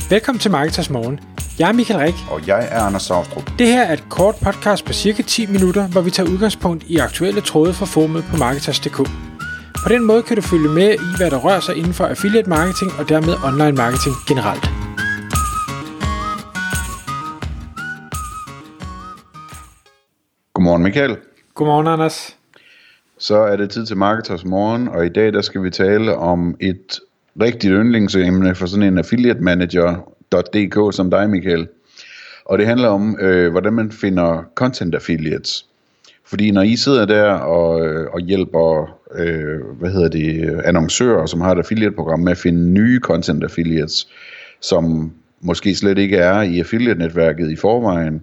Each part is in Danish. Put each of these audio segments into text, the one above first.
Velkommen til Marketers Morgen. Jeg er Michael Rik. Og jeg er Anders Saustrup. Det her er et kort podcast på cirka 10 minutter, hvor vi tager udgangspunkt i aktuelle tråde fra forumet på Marketers.dk. På den måde kan du følge med i, hvad der rører sig inden for affiliate marketing og dermed online marketing generelt. Godmorgen Michael. Godmorgen Anders. Så er det tid til Marketers Morgen, og i dag der skal vi tale om et rigtigt yndlingsemne for sådan en affiliate manager.dk som dig, Michael. Og det handler om, hvordan man finder content affiliates. Fordi når I sidder der og hjælper annoncører, som har et affiliate-program med at finde nye content affiliates, som måske slet ikke er i affiliate-netværket i forvejen,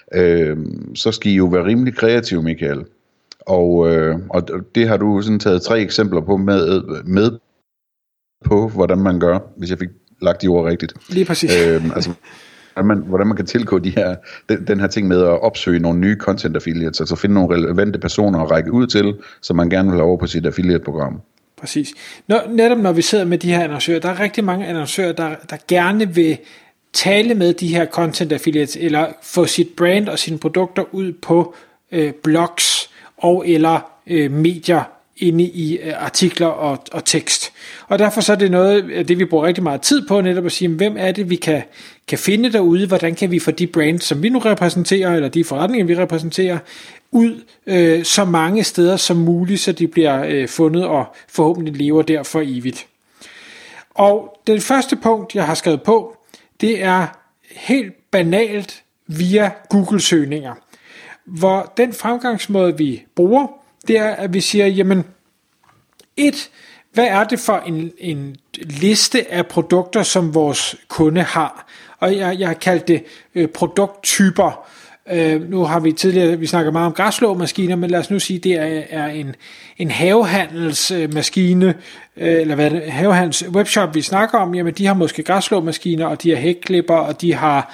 så skal I jo være rimelig kreative, Michael. Og det har du sådan taget 3 eksempler på med på, hvordan man gør, hvis jeg fik lagt de ord rigtigt. Lige præcis. Hvordan man kan tilgå den her ting med at opsøge nogle nye content affiliates, altså finde nogle relevante personer at række ud til, som man gerne vil have over på sit affiliate-program. Præcis. Netop når vi sidder med de her annoncører, der er rigtig mange annoncører, der gerne vil tale med de her content affiliates, eller få sit brand og sine produkter ud på blogs og eller medier inde i artikler og tekst. Og derfor så er det noget af det, vi bruger rigtig meget tid på, netop at sige, hvem er det, vi kan finde derude, hvordan kan vi få de brands, som vi nu repræsenterer, eller de forretninger, vi repræsenterer, ud så mange steder som muligt, så de bliver fundet og forhåbentlig lever der for evigt. Og det første punkt, jeg har skrevet på, det er helt banalt via Google-søgninger, hvor den fremgangsmåde, vi bruger, det er, at vi siger, jamen, hvad er det for en liste af produkter, som vores kunde har? Og jeg har kaldt det produkttyper. Nu har vi snakker meget om græsslåmaskiner, men lad os nu sige, det er en havehandelsmaskine, eller hvad det, havehandels webshop, vi snakker om, jamen de har måske græsslåmaskiner, og de har hækklipper, og de har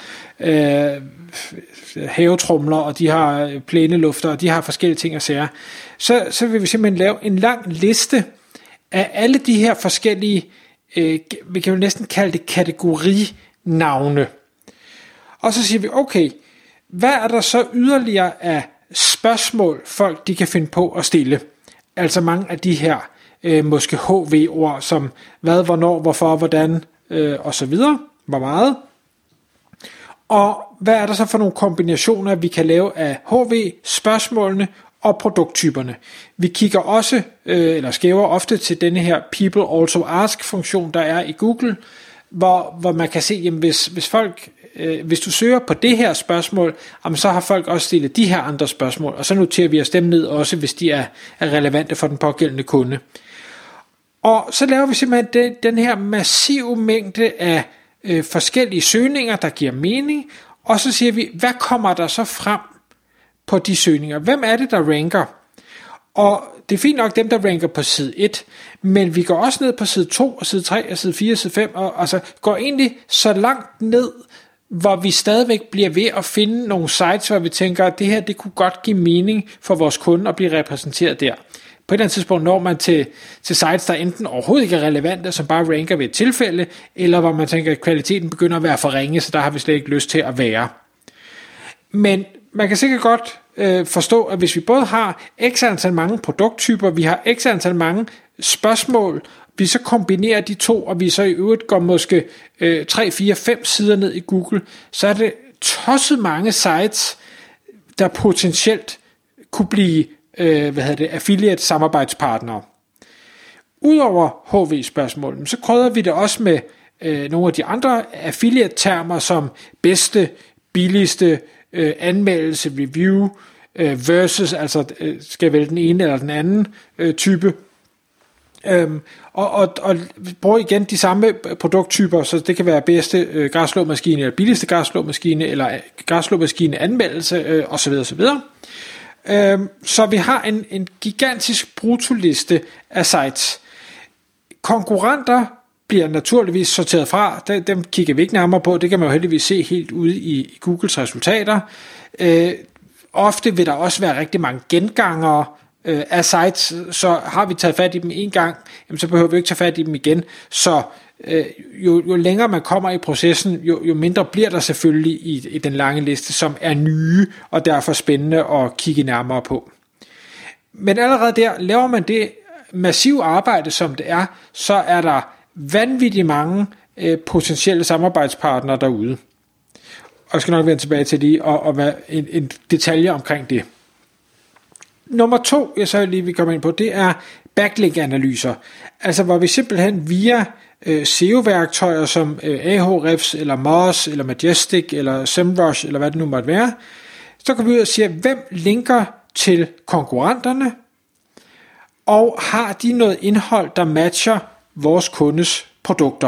havetrumler, og de har plænelufter, og de har forskellige ting og sager. Så vil vi simpelthen lave en lang liste af alle de her forskellige, vi kan jo næsten kalde det kategorinavne. Og så siger vi, okay, hvad er der så yderligere af spørgsmål, folk de kan finde på at stille? Altså mange af de her måske HV-ord, som hvad, hvornår, hvorfor, hvordan, og så videre, hvor meget. Og hvad er der så for nogle kombinationer, vi kan lave af HV-spørgsmålene og produkttyperne? Vi kigger også, eller skæver ofte til denne her People Also Ask-funktion, der er i Google, hvor man kan se, jamen hvis du søger på det her spørgsmål, så har folk også stillet de her andre spørgsmål, og så noterer vi os dem ned også, hvis de er relevante for den pågældende kunde. Og så laver vi simpelthen den her massive mængde af forskellige søgninger, der giver mening, og så siger vi, hvad kommer der så frem på de søgninger? Hvem er det, der ranker? Og det er fint nok dem, der ranker på side 1, men vi går også ned på side 2, og side 3, og side 4, og side 5, og altså går egentlig så langt ned, hvor vi stadigvæk bliver ved at finde nogle sites, hvor vi tænker, at det her, det kunne godt give mening for vores kunde at blive repræsenteret der. På et eller andet tidspunkt når man til sites, der enten overhovedet ikke er relevante, som bare ranker ved et tilfælde, eller hvor man tænker, at kvaliteten begynder at være for ringe, så der har vi slet ikke lyst til at være. Men man kan sikkert godt forstå, at hvis vi både har x antal mange produkttyper, vi har x antal mange spørgsmål, vi så kombinerer de to, og vi så i øvrigt går måske 3, 4, 5 sider ned i Google, så er det tosset mange sites, der potentielt kunne blive affiliate samarbejdspartnere. Udover HV-spørgsmålene, så krydder vi det også med nogle af de andre affiliate-termer, som bedste, billigste, anmeldelse, review, versus, altså skal jeg vælge den ene eller den anden type, og bruger igen de samme produkttyper, så det kan være bedste græsslåmaskine, eller billigste græsslåmaskine, eller græsslåmaskine anmeldelse, osv. osv. Så vi har en gigantisk brutoliste af sites. Konkurrenter bliver naturligvis sorteret fra, dem kigger vi ikke nærmere på, det kan man jo heldigvis se helt ude i Googles resultater. Ofte vil der også være rigtig mange gengangere af sites, så har vi taget fat i dem en gang, jamen så behøver vi ikke tage fat i dem igen, så jo længere man kommer i processen, jo mindre bliver der selvfølgelig i den lange liste, som er nye, og derfor spændende at kigge nærmere på. Men allerede der, laver man det massive arbejde, som det er, så er der vanvittigt mange potentielle samarbejdspartnere derude. Og jeg skal nok vende tilbage til lige og være en detalje omkring det. Nummer 2, jeg så lige vil komme ind på, det er backlink-analyser. Altså hvor vi simpelthen via SEO-værktøjer som Ahrefs, eller Moz, eller Majestic, eller SEMrush, eller hvad det nu måtte være, så kan vi ud og sige, hvem linker til konkurrenterne, og har de noget indhold, der matcher vores kundes produkter.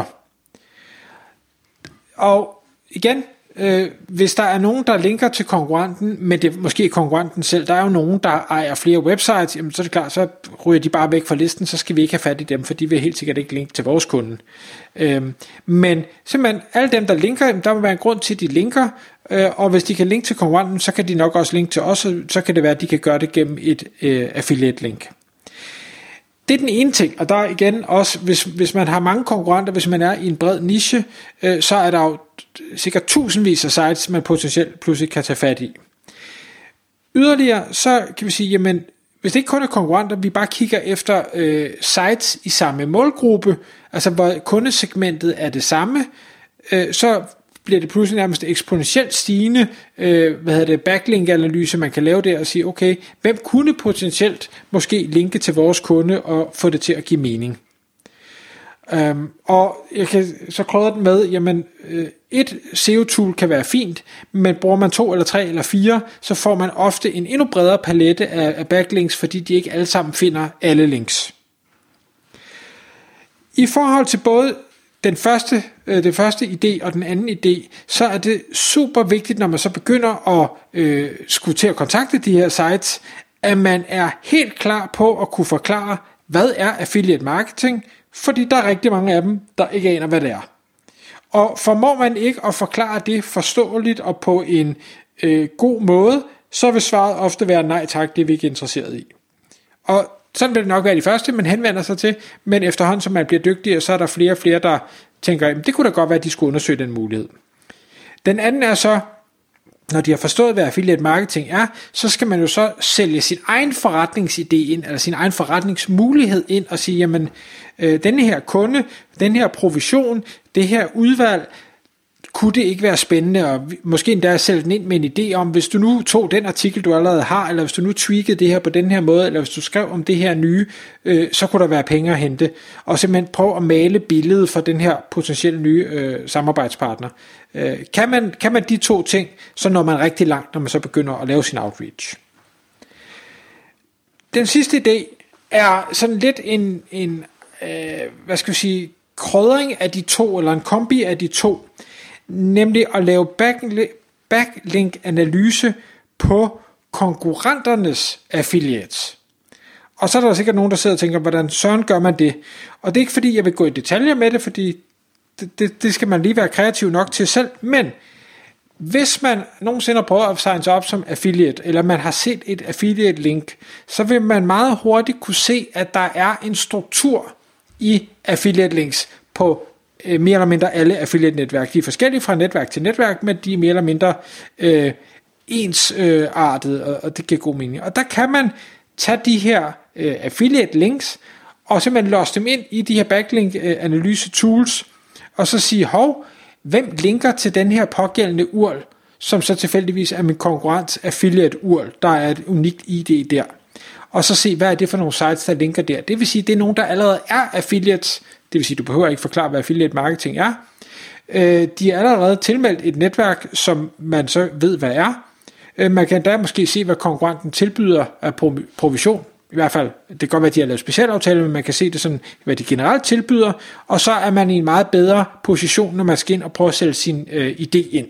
Og igen, hvis der er nogen, der linker til konkurrenten, men det er måske konkurrenten selv, der er jo nogen, der ejer flere websites, jamen så er det klart, så ryger de bare væk fra listen, så skal vi ikke have fat i dem, for de vil helt sikkert ikke linke til vores kunde. Men simpelthen alle dem, der linker, der må være en grund til, at de linker, og hvis de kan linke til konkurrenten, så kan de nok også linke til os, og så kan det være, at de kan gøre det gennem et affiliate-link. Det er den ene ting, og der er igen også, hvis man har mange konkurrenter, hvis man er i en bred niche, så er der jo sikkert tusindvis af sites, man potentielt pludselig kan tage fat i. Yderligere, så kan vi sige, jamen, hvis det ikke kun er konkurrenter, vi bare kigger efter sites i samme målgruppe, altså hvor kundesegmentet er det samme, så bliver det pludselig nærmest eksponentielt stigende backlink-analyse, man kan lave der og sige, okay, hvem kunne potentielt måske linke til vores kunde og få det til at give mening. Og jeg kan så krydre den med, jamen et SEO-tool kan være fint, men bruger man 2 eller 3 eller 4, så får man ofte en endnu bredere palette af backlinks, fordi de ikke alle sammen finder alle links. I forhold til både den første idé og den anden idé, så er det super vigtigt, når man så begynder at skulle til at kontakte de her sites, at man er helt klar på at kunne forklare, hvad er affiliate marketing, fordi der er rigtig mange af dem, der ikke aner, hvad det er. Og formår man ikke at forklare det forståeligt og på en god måde, så vil svaret ofte være nej tak, det er vi ikke interesseret i. Og sådan vil det nok være de første, man henvender sig til, men efterhånden som man bliver dygtigere, så er der flere og flere, der tænker, det kunne da godt være, at de skulle undersøge den mulighed. Den anden er så, når de har forstået, hvad affiliate marketing er, så skal man jo så sælge sin egen forretningsidé ind, eller sin egen forretningsmulighed ind, og sige, jamen, denne her kunde, den her provision, det her udvalg, kunne det ikke være spændende, og måske endda sælge den ind med en idé om, hvis du nu tog den artikel, du allerede har, eller hvis du nu tweakede det her på den her måde, eller hvis du skrev om det her nye, så kunne der være penge at hente, og simpelthen prøve at male billedet for den her potentielle nye samarbejdspartner. Kan man de 2 ting, så når man rigtig langt, når man så begynder at lave sin outreach. Den sidste idé er sådan lidt en krydring af de 2, eller en kombi af de 2, nemlig at lave backlink-analyse på konkurrenternes affiliates. Og så er der sikkert nogen, der sidder og tænker, hvordan søren gør man det? Og det er ikke fordi, jeg vil gå i detaljer med det, fordi det skal man lige være kreativ nok til selv, men hvis man nogensinde har prøvet at signe sig op som affiliate, eller man har set et affiliate link, så vil man meget hurtigt kunne se, at der er en struktur i affiliate links på mere eller mindre alle affiliate-netværk. De er forskellige fra netværk til netværk, men de er mere eller mindre ensartede, og det giver god mening. Og der kan man tage de her affiliate-links, og simpelthen låse dem ind i de her backlink-analyse-tools, og så sige, hvem linker til den her pågældende URL, som så tilfældigvis er min konkurrents affiliate-URL, der er et unikt ID der. Og så se, hvad er det for nogle sites, der linker der. Det vil sige, det er nogen, der allerede er affiliates. Det vil sige, du behøver ikke forklare, hvad affiliate marketing er. De er allerede tilmeldt et netværk, som man så ved, hvad er. Man kan da måske se, hvad konkurrenten tilbyder af provision. I hvert fald, det kan godt være, at de har lavet specialaftaler, men man kan se det sådan, hvad de generelt tilbyder. Og så er man i en meget bedre position, når man skal ind og prøve at sælge sin idé ind.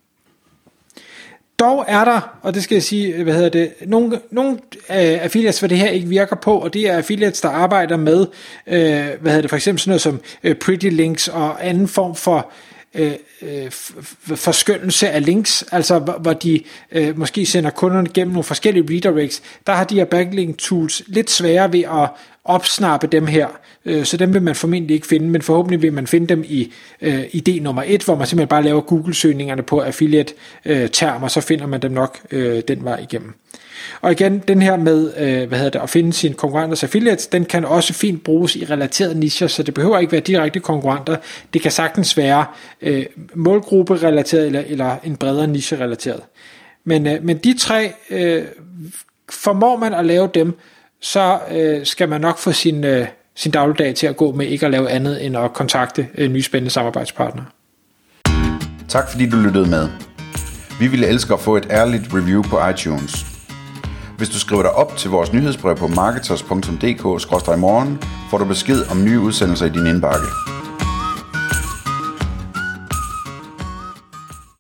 Dog er der, og det skal jeg sige, nogle affiliates, hvor det her ikke virker på, og det er affiliates, der arbejder med, for eksempel sådan noget som Pretty Links og anden form for forskyndelse af links, altså hvor de måske sender kunderne gennem nogle forskellige redirects, der har de her backlink tools lidt sværere ved at opsnappe dem her, så dem vil man formentlig ikke finde, men forhåbentlig vil man finde dem i idé nummer 1, hvor man simpelthen bare laver Google-søgningerne på affiliate-termer, så finder man dem nok den vej igennem. Og igen, den her med at finde sine konkurrenters affiliates, den kan også fint bruges i relaterede nicher, så det behøver ikke være direkte konkurrenter. Det kan sagtens være målgruppe-relateret eller en bredere niche-relateret. Men de tre, formår man at lave dem, så skal man nok få sin dagligdag til at gå med ikke at lave andet end at kontakte nye spændende samarbejdspartnere. Tak fordi du lyttede med. Vi ville elske at få et ærligt review på iTunes. Hvis du skriver dig op til vores nyhedsbrev på marketers.dk/morgen, får du besked om nye udsendelser i din indbakke.